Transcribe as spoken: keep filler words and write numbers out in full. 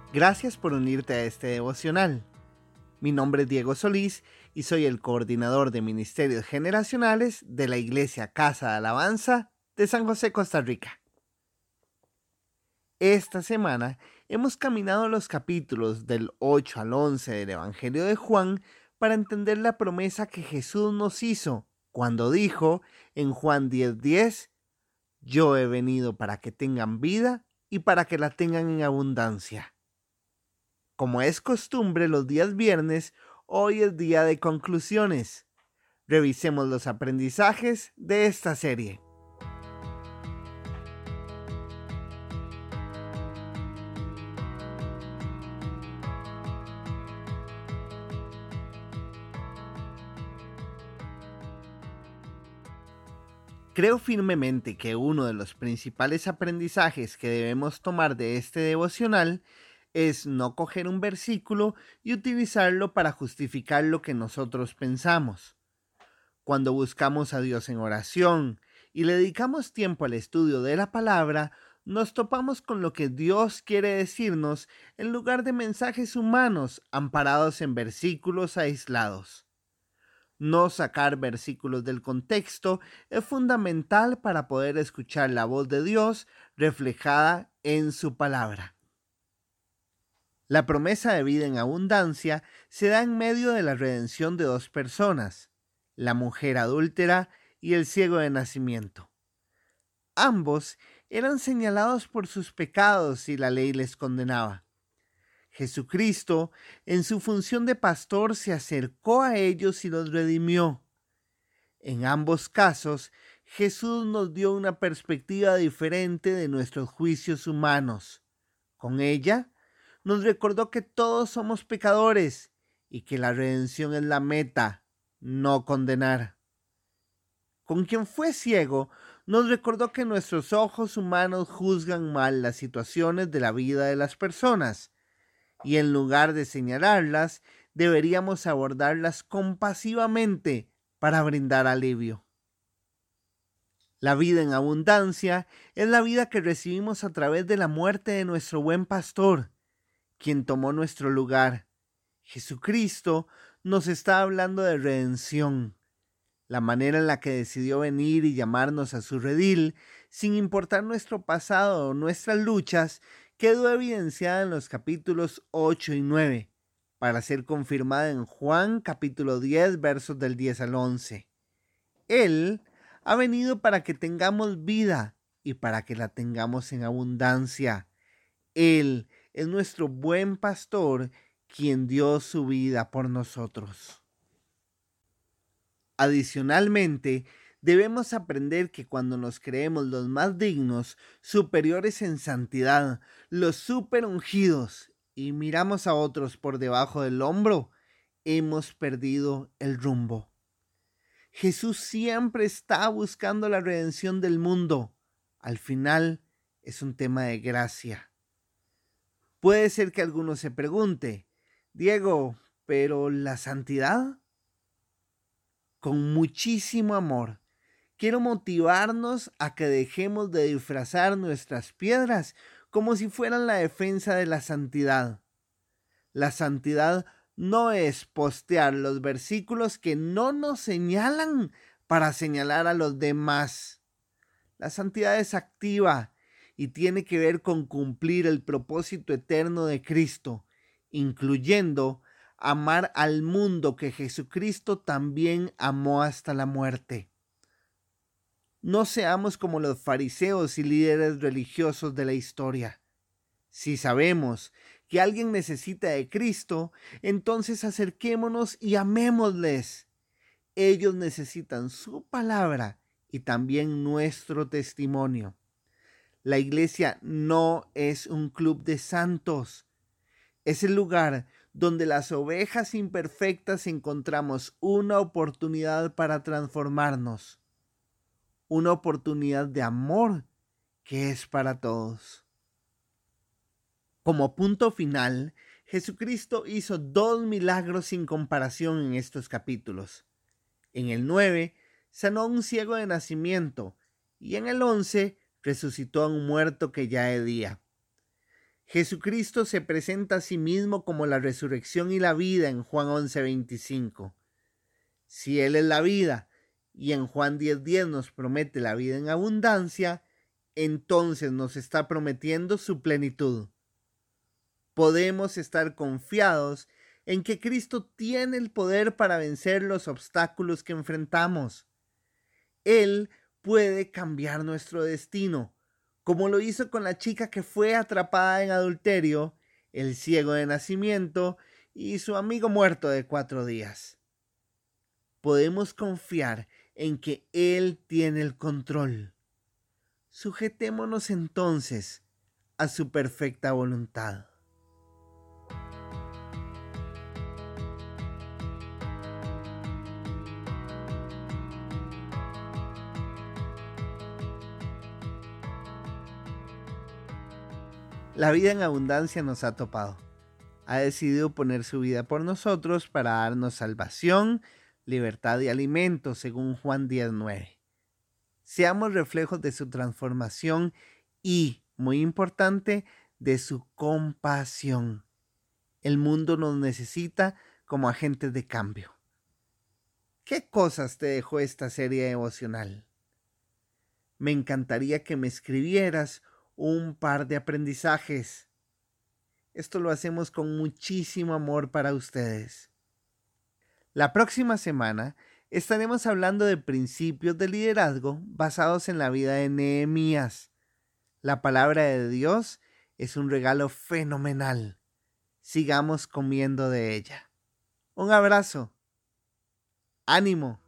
Gracias por unirte a este devocional. Mi nombre es Diego Solís y soy el coordinador de Ministerios Generacionales de la Iglesia Casa de Alabanza de San José, Costa Rica. Esta semana hemos caminado los capítulos del ocho al once del Evangelio de Juan para entender la promesa que Jesús nos hizo cuando dijo en Juan diez diez: Yo he venido para que tengan vida y para que la tengan en abundancia. Como es costumbre los días viernes, hoy es día de conclusiones. Revisemos los aprendizajes de esta serie. Creo firmemente que uno de los principales aprendizajes que debemos tomar de este devocional es no coger un versículo y utilizarlo para justificar lo que nosotros pensamos. Cuando buscamos a Dios en oración y le dedicamos tiempo al estudio de la palabra, nos topamos con lo que Dios quiere decirnos en lugar de mensajes humanos amparados en versículos aislados. No sacar versículos del contexto es fundamental para poder escuchar la voz de Dios reflejada en su palabra. La promesa de vida en abundancia se da en medio de la redención de dos personas, la mujer adúltera y el ciego de nacimiento. Ambos eran señalados por sus pecados y la ley les condenaba. Jesucristo, en su función de pastor, se acercó a ellos y los redimió. En ambos casos, Jesús nos dio una perspectiva diferente de nuestros juicios humanos. Con ella, nos recordó que todos somos pecadores y que la redención es la meta, no condenar. Con quien fue ciego, nos recordó que nuestros ojos humanos juzgan mal las situaciones de la vida de las personas, y en lugar de señalarlas, deberíamos abordarlas compasivamente para brindar alivio. La vida en abundancia es la vida que recibimos a través de la muerte de nuestro buen pastor, quien tomó nuestro lugar. Jesucristo nos está hablando de redención, la manera en la que decidió venir y llamarnos a su redil, sin importar nuestro pasado o nuestras luchas, quedó evidenciada en los capítulos ocho y nueve, para ser confirmada en Juan capítulo diez, versos del diez al once. Él ha venido para que tengamos vida y para que la tengamos en abundancia. Él es nuestro buen pastor, quien dio su vida por nosotros. Adicionalmente, debemos aprender que cuando nos creemos los más dignos, superiores en santidad, los super ungidos, y miramos a otros por debajo del hombro, hemos perdido el rumbo. Jesús siempre está buscando la redención del mundo. Al final, es un tema de gracia. Puede ser que alguno se pregunte: Diego, ¿pero la santidad? Con muchísimo amor, quiero motivarnos a que dejemos de disfrazar nuestras piedras como si fueran la defensa de la santidad. La santidad no es postear los versículos que no nos señalan para señalar a los demás. La santidad es activa y tiene que ver con cumplir el propósito eterno de Cristo, incluyendo amar al mundo que Jesucristo también amó hasta la muerte. No seamos como los fariseos y líderes religiosos de la historia. Si sabemos que alguien necesita de Cristo, entonces acerquémonos y amémosles. Ellos necesitan su palabra y también nuestro testimonio. La iglesia no es un club de santos. Es el lugar donde las ovejas imperfectas encontramos una oportunidad para transformarnos. Una oportunidad de amor que es para todos. Como punto final, Jesucristo hizo dos milagros sin comparación en estos capítulos. En el nueve, sanó a un ciego de nacimiento y en el once, resucitó a un muerto que ya hedía. Jesucristo se presenta a sí mismo como la resurrección y la vida en Juan once veinticinco. Si Él es la vida y en Juan diez diez nos promete la vida en abundancia, entonces nos está prometiendo su plenitud. Podemos estar confiados en que Cristo tiene el poder para vencer los obstáculos que enfrentamos. Él puede cambiar nuestro destino, como lo hizo con la chica que fue atrapada en adulterio, el ciego de nacimiento y su amigo muerto de cuatro días. Podemos confiar en que Él tiene el control. Sujetémonos entonces a su perfecta voluntad. La vida en abundancia nos ha topado. Ha decidido poner su vida por nosotros para darnos salvación, libertad y alimento, según Juan diez nueve. Seamos reflejos de su transformación y, muy importante, de su compasión. El mundo nos necesita como agentes de cambio. ¿Qué cosas te dejó esta serie devocional? Me encantaría que me escribieras un par de aprendizajes. Esto lo hacemos con muchísimo amor para ustedes. La próxima semana estaremos hablando de principios de liderazgo basados en la vida de Nehemías. La palabra de Dios es un regalo fenomenal. Sigamos comiendo de ella. Un abrazo. ¡Ánimo!